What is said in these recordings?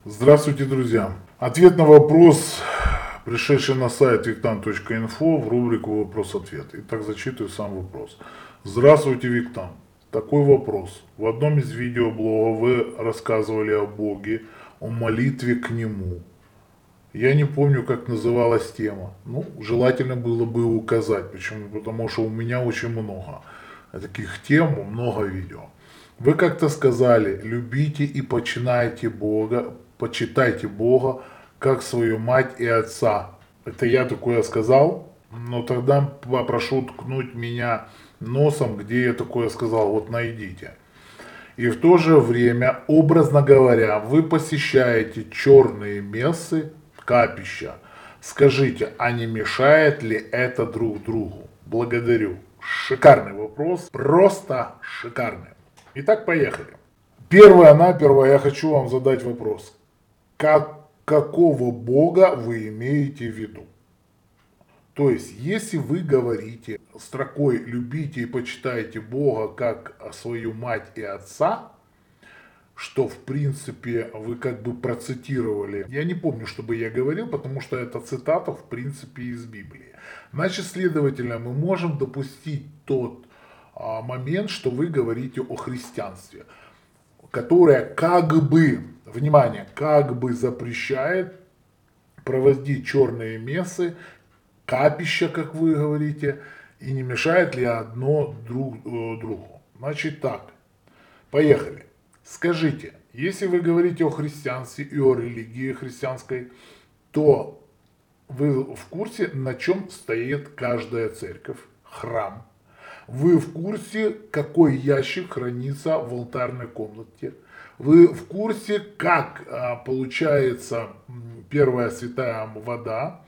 Здравствуйте, друзья! Ответ на вопрос, пришедший на сайт виктан.инфо в рубрику «Вопрос-ответ». Итак, зачитываю сам вопрос. Здравствуйте, Виктан. Такой вопрос. В одном из видеоблогов вы рассказывали о Боге, о молитве к Нему. Я не помню, как называлась тема. Желательно было бы указать. Почему? Потому что у меня очень много таких тем, много видео. Вы как-то сказали, любите и почитайте Бога, как свою мать и отца. Это я такое сказал, но тогда попрошу ткнуть меня носом, где я такое сказал, вот найдите. И в то же время, образно говоря, вы посещаете черные мессы, капища. Скажите, а не мешает ли это друг другу? Благодарю. Шикарный вопрос, просто шикарный. Итак, поехали. Первое-наперво я хочу вам задать вопрос. Какого Бога вы имеете в виду? То есть, если вы говорите строкой «любите и почитайте Бога как свою мать и отца», что, в принципе, вы как бы процитировали. Я не помню, чтобы я говорил, потому что это цитата, в принципе, из Библии. Значит, следовательно, мы можем допустить тот момент, что вы говорите о христианстве, которое как бы, внимание, как бы запрещает проводить черные мессы, капища, как вы говорите, и не мешает ли одно другу. Значит так, поехали. Скажите, если вы говорите о христианстве и о религии христианской, то вы в курсе, на чем стоит каждая церковь, храм? Вы в курсе, какой ящик хранится в алтарной комнате? Вы в курсе, как получается первая святая вода,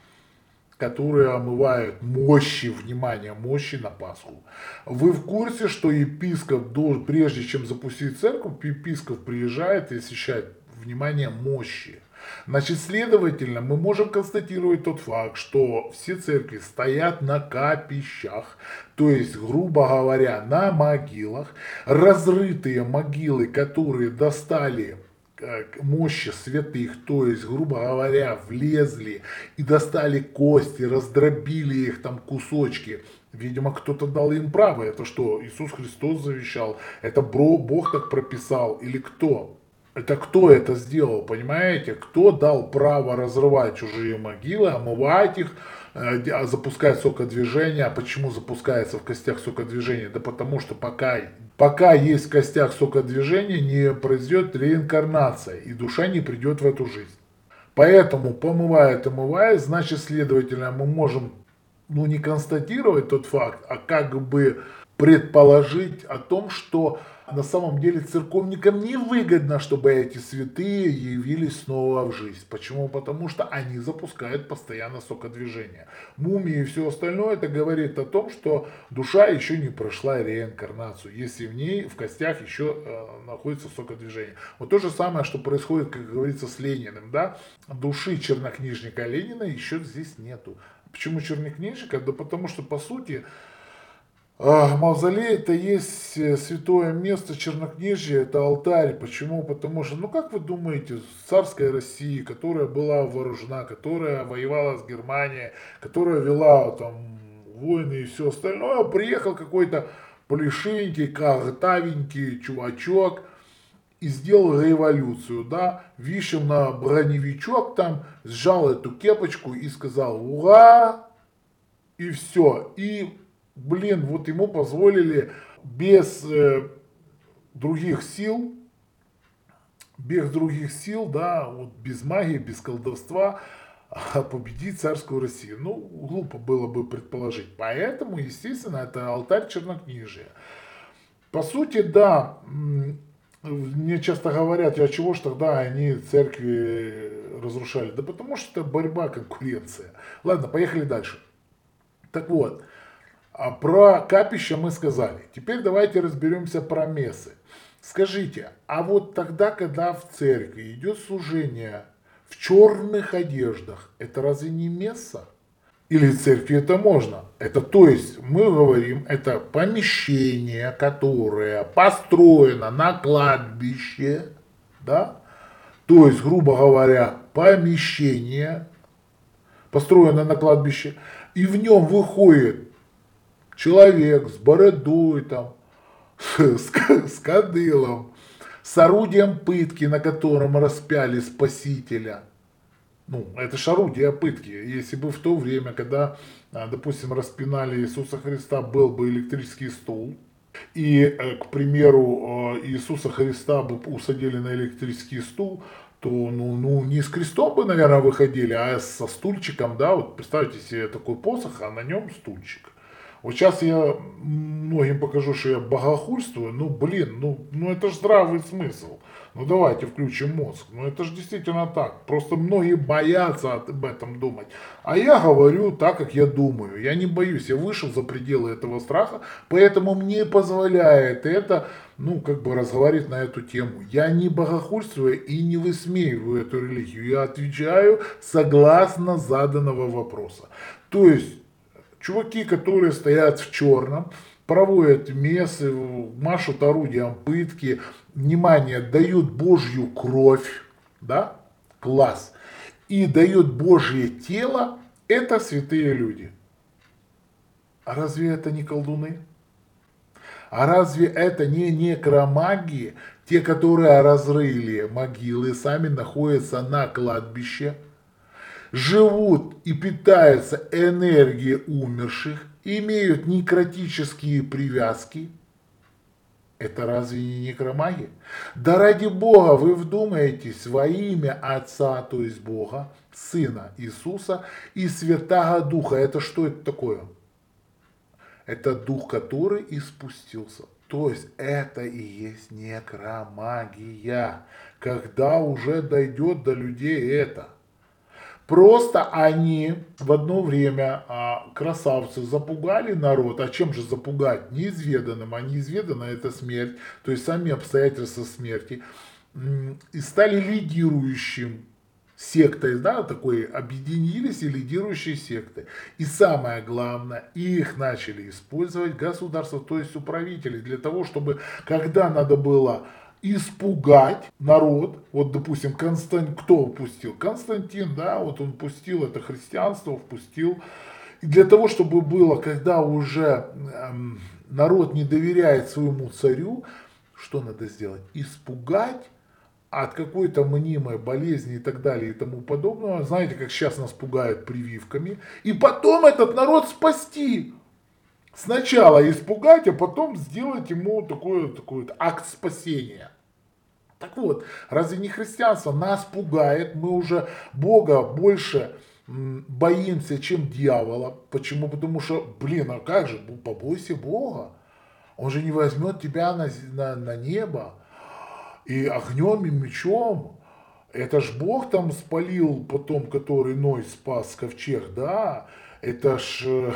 которые омывают мощи, внимание, мощи на Пасху. Вы в курсе, что епископ, прежде чем запустить церковь, епископ приезжает и освящает, внимание, мощи. Значит, следовательно, мы можем констатировать тот факт, что все церкви стоят на капищах, то есть, грубо говоря, на могилах, разрытые могилы, которые достали мощи святых, то есть, грубо говоря, влезли и достали кости, раздробили их там кусочки. Видимо, кто-то дал им право. Это что, Иисус Христос завещал? Это Бог так прописал? Или кто? Это кто это сделал, понимаете? Кто дал право разрывать чужие могилы, омывать их, запускать сокодвижение? А почему запускается в костях сокодвижение? Да потому что пока есть в костях сокодвижение, не произойдет реинкарнация, и душа не придет в эту жизнь. Поэтому помывает, омывает, значит, следовательно, мы можем, не констатировать тот факт, а как бы предположить о том, что на самом деле церковникам невыгодно, чтобы эти святые явились снова в жизнь. Почему? Потому что они запускают постоянно сокодвижение. Мумии и все остальное, это говорит о том, что душа еще не прошла реинкарнацию, если в ней, в костях еще находится сокодвижение. Вот то же самое, что происходит, как говорится, с Лениным. Да? Души чернокнижника Ленина еще здесь нету. Почему чернокнижника? Да потому что, по сути, мавзолей это есть святое место чернокнижья, это алтарь. Почему? Потому что, как вы думаете, царская Россия, которая была вооружена, которая воевала с Германией, которая вела там войны и все остальное, приехал какой-то плешивенький, картавенький чувачок и сделал революцию, да, вышел на броневичок там, сжал эту кепочку и сказал «Ура!» и все. И вот ему позволили без других сил, да, вот без магии, без колдовства победить царскую Россию. Глупо было бы предположить. Поэтому, естественно, это алтарь чернокнижия. По сути, да, мне часто говорят, а чего ж тогда они церкви разрушали? Да потому что это борьба, конкуренция. Ладно, поехали дальше. Так вот, про капища мы сказали. Теперь давайте разберемся про мессы. Скажите, а вот тогда, когда в церкви идет служение в черных одеждах, это разве не месса? Или в церкви это можно? Это, то есть, мы говорим, это помещение, которое построено на кладбище, да? То есть, грубо говоря, помещение, построенное на кладбище, и в нем выходит человек с бородой, там, с кадылом, с орудием пытки, на котором распяли Спасителя. Ну, это ж орудие пытки. Если бы в то время, когда, допустим, распинали Иисуса Христа, был бы электрический стул, и, к примеру, Иисуса Христа бы усадили на электрический стул, то не с крестом бы, наверное, выходили, а со стульчиком, да, вот представьте себе такой посох, а на нем стульчик. Вот сейчас я многим покажу, что я богохульствую, ну блин, ну это же здравый смысл. Ну давайте включим мозг. Ну это же действительно так. Просто многие боятся об этом думать. А я говорю так, как я думаю. Я не боюсь, я вышел за пределы этого страха, поэтому мне позволяет это, ну как бы разговаривать на эту тему. Я не богохульствую и не высмеиваю эту религию. Я отвечаю согласно заданного вопроса. То есть чуваки, которые стоят в черном, проводят мессы, машут орудием пытки, внимание, дают Божью кровь, да, класс, и дают Божье тело, это святые люди. А разве это не колдуны? А разве это не некромаги, те, которые разрыли могилы, сами находятся на кладбище, живут и питаются энергией умерших, имеют некротические привязки? Это разве не некромаги? Да ради Бога, вы вдумаетесь, во имя Отца, то есть Бога, Сына Иисуса и Святаго Духа. Это что это такое? Это дух, который и спустился. То есть это и есть некромагия. Когда уже дойдет до людей это. Просто они в одно время, красавцы, запугали народ. А чем же запугать? Неизведанным. А неизведанно это смерть. То есть сами обстоятельства смерти. И стали лидирующим сектой, да, такой объединились и лидирующие секты. И самое главное, их начали использовать государство, то есть управители, для того, чтобы, когда надо было испугать народ, вот, допустим, кто пустил? Константин, да, вот он пустил это христианство, впустил. И для того, чтобы было, когда уже народ не доверяет своему царю, что надо сделать? Испугать от какой-то мнимой болезни и так далее и тому подобного. Знаете, как сейчас нас пугают прививками. И потом этот народ спасти. Сначала испугать, а потом сделать ему такой акт спасения. Так вот, разве не христианство нас пугает? Мы уже Бога больше боимся, чем дьявола. Почему? Потому что, блин, а как же, побойся Бога. Он же не возьмет тебя на небо и огнем, и мечом. Это ж Бог там спалил потом, который Ной спас ковчег, да? Это ж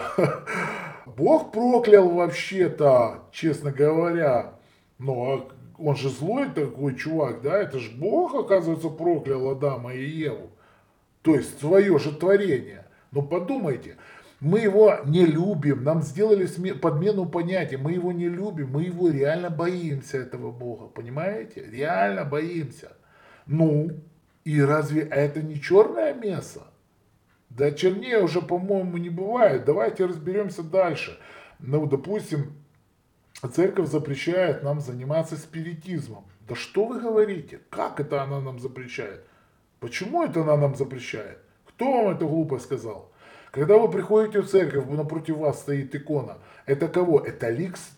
Бог проклял вообще-то, честно говоря. Но он же злой такой чувак, да? Это ж Бог, оказывается, проклял Адама и Еву. То есть свое же творение. Но подумайте, мы его не любим, нам сделали подмену понятия, мы его не любим, мы его реально боимся, этого Бога, понимаете? Реально боимся. Ну, и разве это не черное место? Да чернее уже, по-моему, не бывает. Давайте разберемся дальше. Ну, допустим, церковь запрещает нам заниматься спиритизмом. Да что вы говорите? Как это она нам запрещает? Почему это она нам запрещает? Кто вам эту глупость сказал? Когда вы приходите в церковь, напротив вас стоит икона. Это кого? Это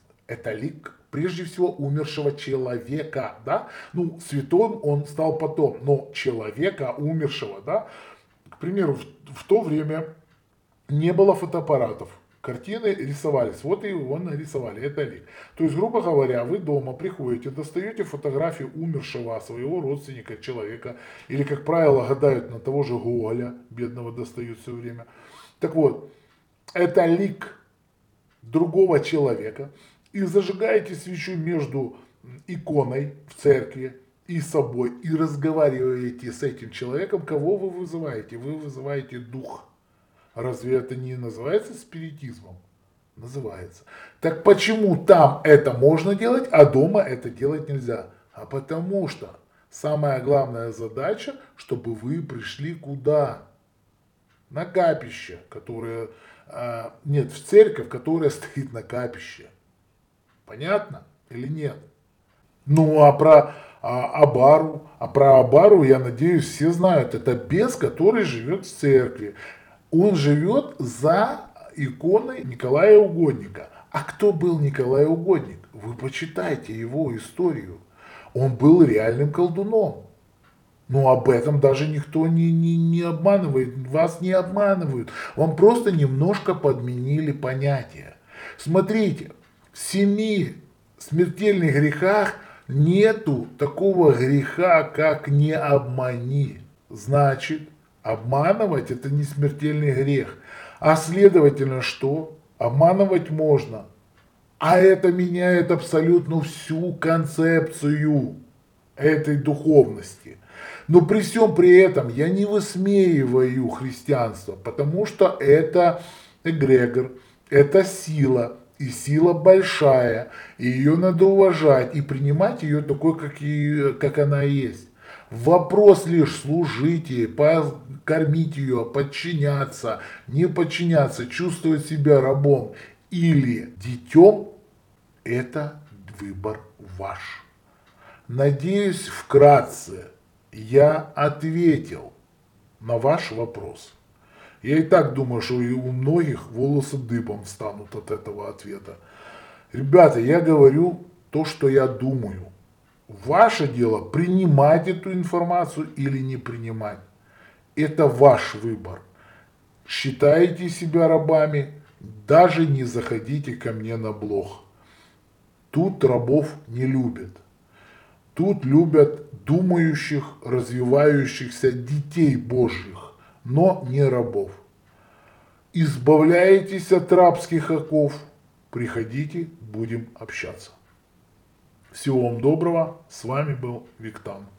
лик прежде всего умершего человека, да? Ну, святым он стал потом, но человека умершего, да? К примеру, в то время не было фотоаппаратов. Картины рисовались, вот и его нарисовали, это лик. То есть, грубо говоря, вы дома приходите, достаете фотографию умершего своего родственника, человека, или, как правило, гадают на того же Гоголя, бедного достают все время. Так вот, это лик другого человека, и зажигаете свечу между иконой в церкви и собой, и разговариваете с этим человеком, кого вы вызываете? Вы вызываете дух. Разве это не называется спиритизмом? Называется. Так почему там это можно делать, а дома это делать нельзя? А потому что Самая главная задача, чтобы вы пришли куда? На капище, которое... нет, в церковь, которая стоит на капище. Понятно или нет? Ну, про Абару, я надеюсь, все знают. Это бес, который живет в церкви. Он живет за иконой Николая Угодника. А кто был Николай Угодник? Вы почитайте его историю. Он был реальным колдуном. Но об этом даже никто не обманывает. Вас не обманывают. Вам просто немножко подменили понятия. Смотрите, в 7 смертельных грехах нету такого греха, как не обмани. Значит, обманывать это не смертельный грех. А следовательно, что? Обманывать можно. А это меняет абсолютно всю концепцию этой духовности. Но при всем при этом я не высмеиваю христианство, потому что это эгрегор, это сила, и сила большая, и ее надо уважать, и принимать ее такой, как она есть. Вопрос лишь служить ей, кормить ее, подчиняться, не подчиняться, чувствовать себя рабом или детем, это выбор ваш. Надеюсь, вкратце я ответил на ваш вопрос. Я и так думаю, что и у многих волосы дыбом встанут от этого ответа. Ребята, я говорю то, что я думаю. Ваше дело принимать эту информацию или не принимать. Это ваш выбор. Считаете себя рабами, даже не заходите ко мне на блог. Тут рабов не любят. Тут любят думающих, развивающихся детей Божьих, но не рабов. Избавляетесь от рабских оков, приходите, будем общаться. Всего вам доброго, с вами был Виктан.